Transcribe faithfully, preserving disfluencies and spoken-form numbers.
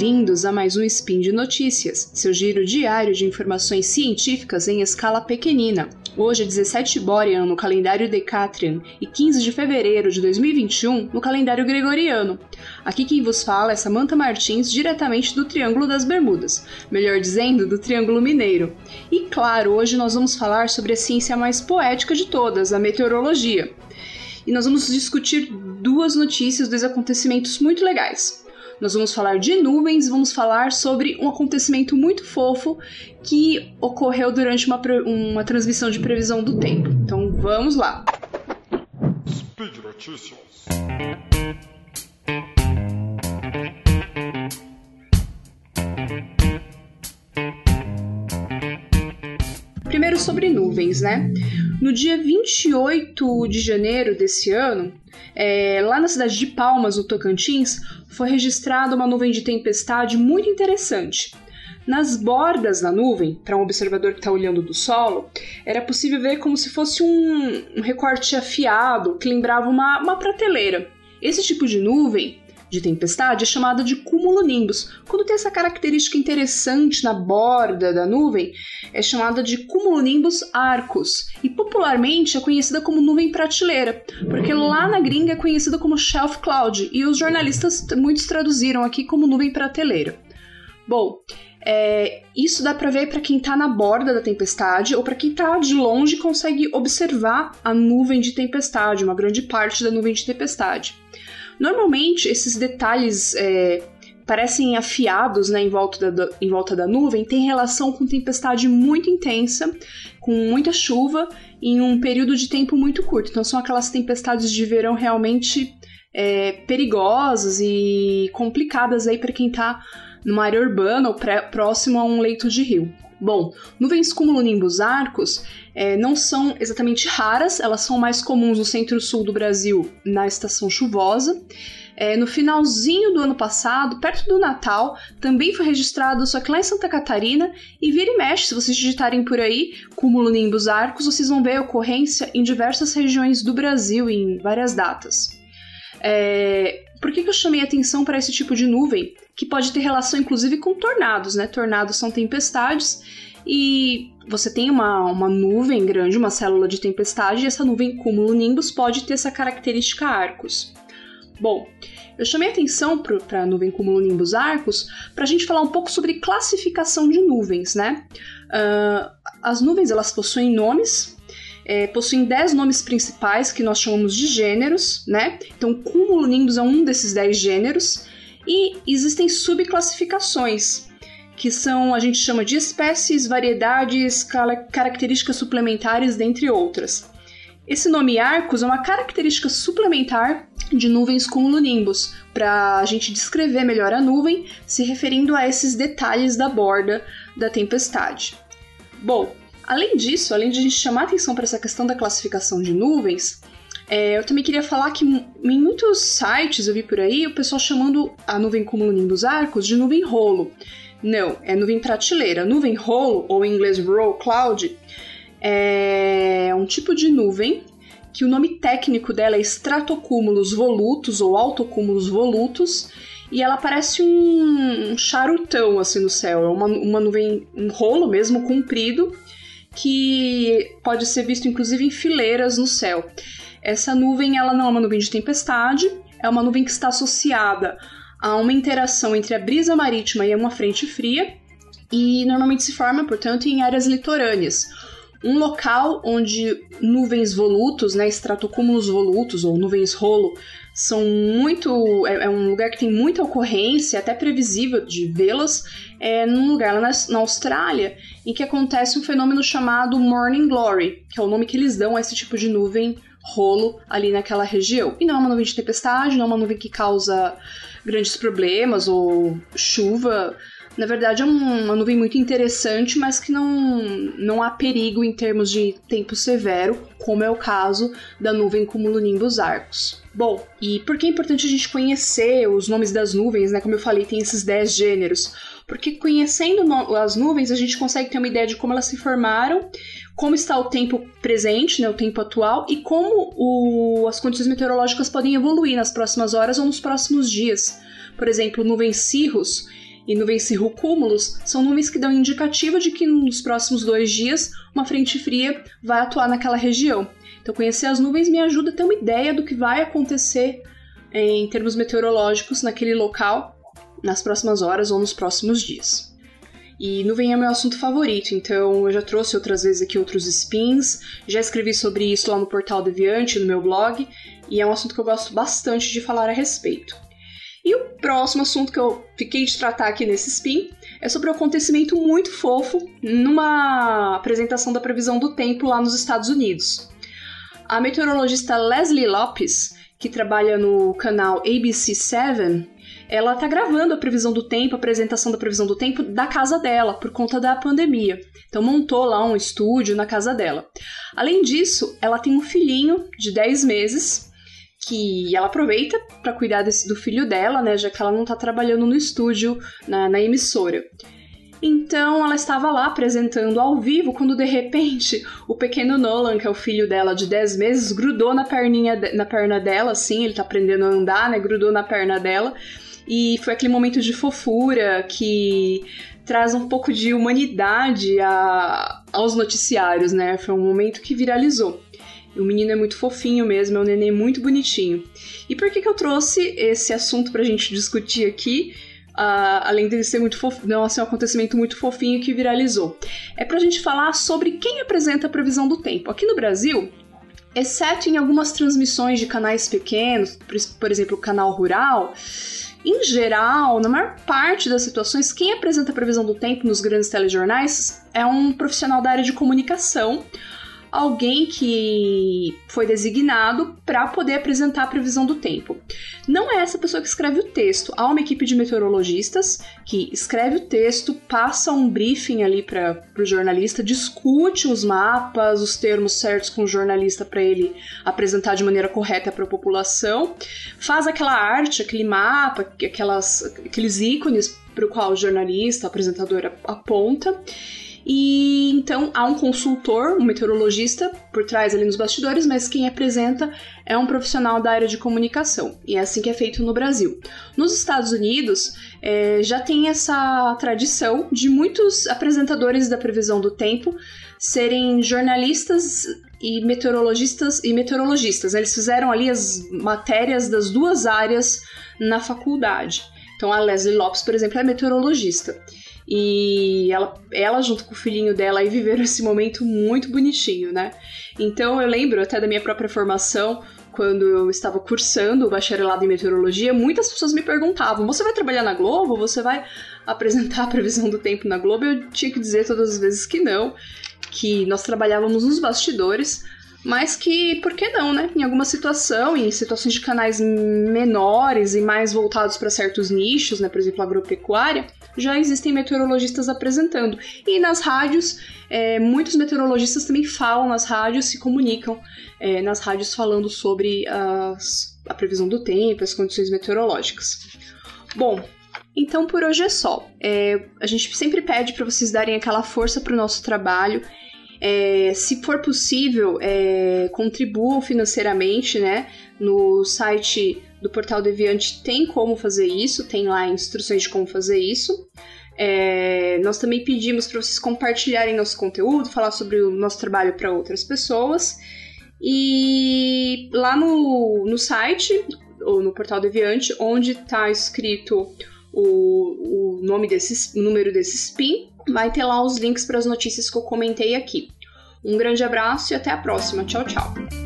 bem-vindos a mais um Spin de Notícias, seu giro diário de informações científicas em escala pequenina. Hoje é dezessete Borean no calendário Decatrian e quinze de fevereiro de dois mil e vinte e um no calendário Gregoriano. Aqui quem vos fala é Samantha Martins, diretamente do Triângulo das Bermudas, melhor dizendo, do Triângulo Mineiro. E claro, hoje nós vamos falar sobre a ciência mais poética de todas, a meteorologia. E nós vamos discutir duas notícias, dois acontecimentos muito legais. Nós vamos falar de nuvens, vamos falar sobre um acontecimento muito fofo que ocorreu durante uma, uma transmissão de previsão do tempo. Então vamos lá! Speed Notícias. Primeiro sobre nuvens, né? No dia vinte e oito de janeiro desse ano, é, lá na cidade de Palmas, no Tocantins, foi registrada uma nuvem de tempestade muito interessante. Nas bordas da nuvem, para um observador que está olhando do solo, era possível ver como se fosse um, um recorte afiado que lembrava uma, uma prateleira. Esse tipo de nuvem de tempestade é chamada de cumulonimbus. Quando tem essa característica interessante na borda da nuvem, é chamada de cumulonimbus arcus e popularmente é conhecida como nuvem prateleira, porque lá na gringa é conhecida como shelf cloud e os jornalistas muitos traduziram aqui como nuvem prateleira. Bom, é, isso dá para ver para quem está na borda da tempestade ou para quem está de longe consegue observar a nuvem de tempestade, uma grande parte da nuvem de tempestade. Normalmente, esses detalhes é, parecem afiados, né, em, volta da, em volta da nuvem, tem relação com tempestade muito intensa, com muita chuva, em um período de tempo muito curto. Então, são aquelas tempestades de verão realmente é, perigosas e complicadas para quem está numa área urbana ou pré, próximo a um leito de rio. Bom, nuvens cumulonimbus arcus é, não são exatamente raras, elas são mais comuns no centro-sul do Brasil na estação chuvosa. É, no finalzinho do ano passado, perto do Natal, também foi registrado, só que lá em Santa Catarina, e vira e mexe, se vocês digitarem por aí, cumulonimbus arcus, vocês vão ver a ocorrência em diversas regiões do Brasil, em várias datas. É, por que, que eu chamei atenção para esse tipo de nuvem? Que pode ter relação, inclusive, com tornados, né? Tornados são tempestades e você tem uma, uma nuvem grande, uma célula de tempestade, e essa nuvem cumulonimbus pode ter essa característica arcus. Bom, eu chamei atenção para a nuvem cumulonimbus arcus para a gente falar um pouco sobre classificação de nuvens, né? Uh, as nuvens, elas possuem nomes, É, possuem dez nomes principais que nós chamamos de gêneros, né? Então, cumulonimbus é um desses dez gêneros e existem subclassificações, que são, a gente chama de espécies, variedades, características suplementares, dentre outras. Esse nome arcus é uma característica suplementar de nuvens cumulonimbus, para a gente descrever melhor a nuvem, se referindo a esses detalhes da borda da tempestade. Bom, além disso, além de a gente chamar atenção para essa questão da classificação de nuvens, é, eu também queria falar que em muitos sites eu vi por aí o pessoal chamando a nuvem cumulonimbus arcus de nuvem rolo. Não, é nuvem prateleira. Nuvem rolo, ou em inglês roll cloud, é um tipo de nuvem que o nome técnico dela é stratocúmulos volutus ou altocúmulos volutus, e ela parece um charutão assim no céu. É uma, uma nuvem, um rolo mesmo comprido, que pode ser visto inclusive em fileiras no céu. Essa nuvem, ela não é uma nuvem de tempestade, é uma nuvem que está associada a uma interação entre a brisa marítima e uma frente fria, e normalmente se forma, portanto, em áreas litorâneas. Um local onde nuvens volutos, né, estratocúmulos volutos ou nuvens rolo, são muito, é, é um lugar que tem muita ocorrência, até previsível de vê-las, é num lugar lá na, na Austrália, em que acontece um fenômeno chamado Morning Glory, que é o nome que eles dão a esse tipo de nuvem rolo ali naquela região. E não é uma nuvem de tempestade, não é uma nuvem que causa grandes problemas ou chuva. Na verdade, é uma nuvem muito interessante, mas que não, não há perigo em termos de tempo severo, como é o caso da nuvem cumulonimbus arcus. Bom, e por que é importante a gente conhecer os nomes das nuvens, né? Como eu falei, tem esses dez gêneros. Porque conhecendo no- as nuvens, a gente consegue ter uma ideia de como elas se formaram, como está o tempo presente, né, o tempo atual, e como o, as condições meteorológicas podem evoluir nas próximas horas ou nos próximos dias. Por exemplo, nuvens cirrus, E nuvens cirrocúmulos são nuvens que dão indicativo de que nos próximos dois dias uma frente fria vai atuar naquela região. Então conhecer as nuvens me ajuda a ter uma ideia do que vai acontecer em termos meteorológicos naquele local nas próximas horas ou nos próximos dias. E nuvem é meu assunto favorito, então eu já trouxe outras vezes aqui outros spins, já escrevi sobre isso lá no Portal Deviante, no meu blog, e é um assunto que eu gosto bastante de falar a respeito. E o próximo assunto que eu fiquei de tratar aqui nesse spin é sobre um acontecimento muito fofo numa apresentação da previsão do tempo lá nos Estados Unidos. A meteorologista Leslie Lopes, que trabalha no canal A B C sete, ela está gravando a previsão do tempo, a apresentação da previsão do tempo da casa dela, por conta da pandemia. Então montou lá um estúdio na casa dela. Além disso, ela tem um filhinho de dez meses, que ela aproveita para cuidar desse, do filho dela, né, já que ela não está trabalhando no estúdio, na, na emissora. Então ela estava lá apresentando ao vivo, quando de repente o pequeno Nolan, que é o filho dela de dez meses, grudou na, perninha, na perna dela, assim, ele tá aprendendo a andar, né, grudou na perna dela, e foi aquele momento de fofura que traz um pouco de humanidade a, aos noticiários, né, foi um momento que viralizou. O menino é muito fofinho mesmo, é um neném muito bonitinho. E por que que eu trouxe esse assunto pra gente discutir aqui? Uh, além de ser muito fofinho, não, assim, um acontecimento muito fofinho que viralizou. É pra gente falar sobre quem apresenta a previsão do tempo. Aqui no Brasil, exceto em algumas transmissões de canais pequenos, por, por exemplo, o Canal Rural, em geral, na maior parte das situações, quem apresenta a previsão do tempo nos grandes telejornais é um profissional da área de comunicação, alguém que foi designado para poder apresentar a previsão do tempo. Não é essa pessoa que escreve o texto. Há uma equipe de meteorologistas que escreve o texto, passa um briefing ali para o jornalista, discute os mapas, os termos certos com o jornalista para ele apresentar de maneira correta para a população, faz aquela arte, aquele mapa, aquelas, aqueles ícones para o qual o jornalista, o apresentador aponta. E então há um consultor, um meteorologista por trás ali nos bastidores, mas quem apresenta é um profissional da área de comunicação. E é assim que é feito no Brasil. Nos Estados Unidos, é, já tem essa tradição de muitos apresentadores da previsão do tempo serem jornalistas e meteorologistas e meteorologistas. Eles fizeram ali as matérias das duas áreas na faculdade. Então a Leslie Lopes, por exemplo, é meteorologista. E ela, ela junto com o filhinho dela aí viveram esse momento muito bonitinho, né? Então eu lembro até da minha própria formação, quando eu estava cursando o bacharelado em meteorologia, muitas pessoas me perguntavam: você vai trabalhar na Globo? Você vai apresentar a previsão do tempo na Globo? Eu tinha que dizer todas as vezes que não, que nós trabalhávamos nos bastidores, mas que, por que não, né? Em alguma situação, em situações de canais menores e mais voltados para certos nichos, né? Por exemplo, agropecuária, já existem meteorologistas apresentando. E nas rádios, é, muitos meteorologistas também falam nas rádios, se comunicam é, nas rádios falando sobre as, a previsão do tempo, as condições meteorológicas. Bom, então por hoje é só. É, a gente sempre pede para vocês darem aquela força para o nosso trabalho. É, se for possível, é, contribuam financeiramente, né? No site do Portal Deviante tem como fazer isso, tem lá instruções de como fazer isso. É, nós também pedimos para vocês compartilharem nosso conteúdo, falar sobre o nosso trabalho para outras pessoas. E lá no, no site, ou no Portal Deviante, onde está escrito o, o nome desse, o número desse spin, vai ter lá os links para as notícias que eu comentei aqui. Um grande abraço e até a próxima. Tchau, tchau!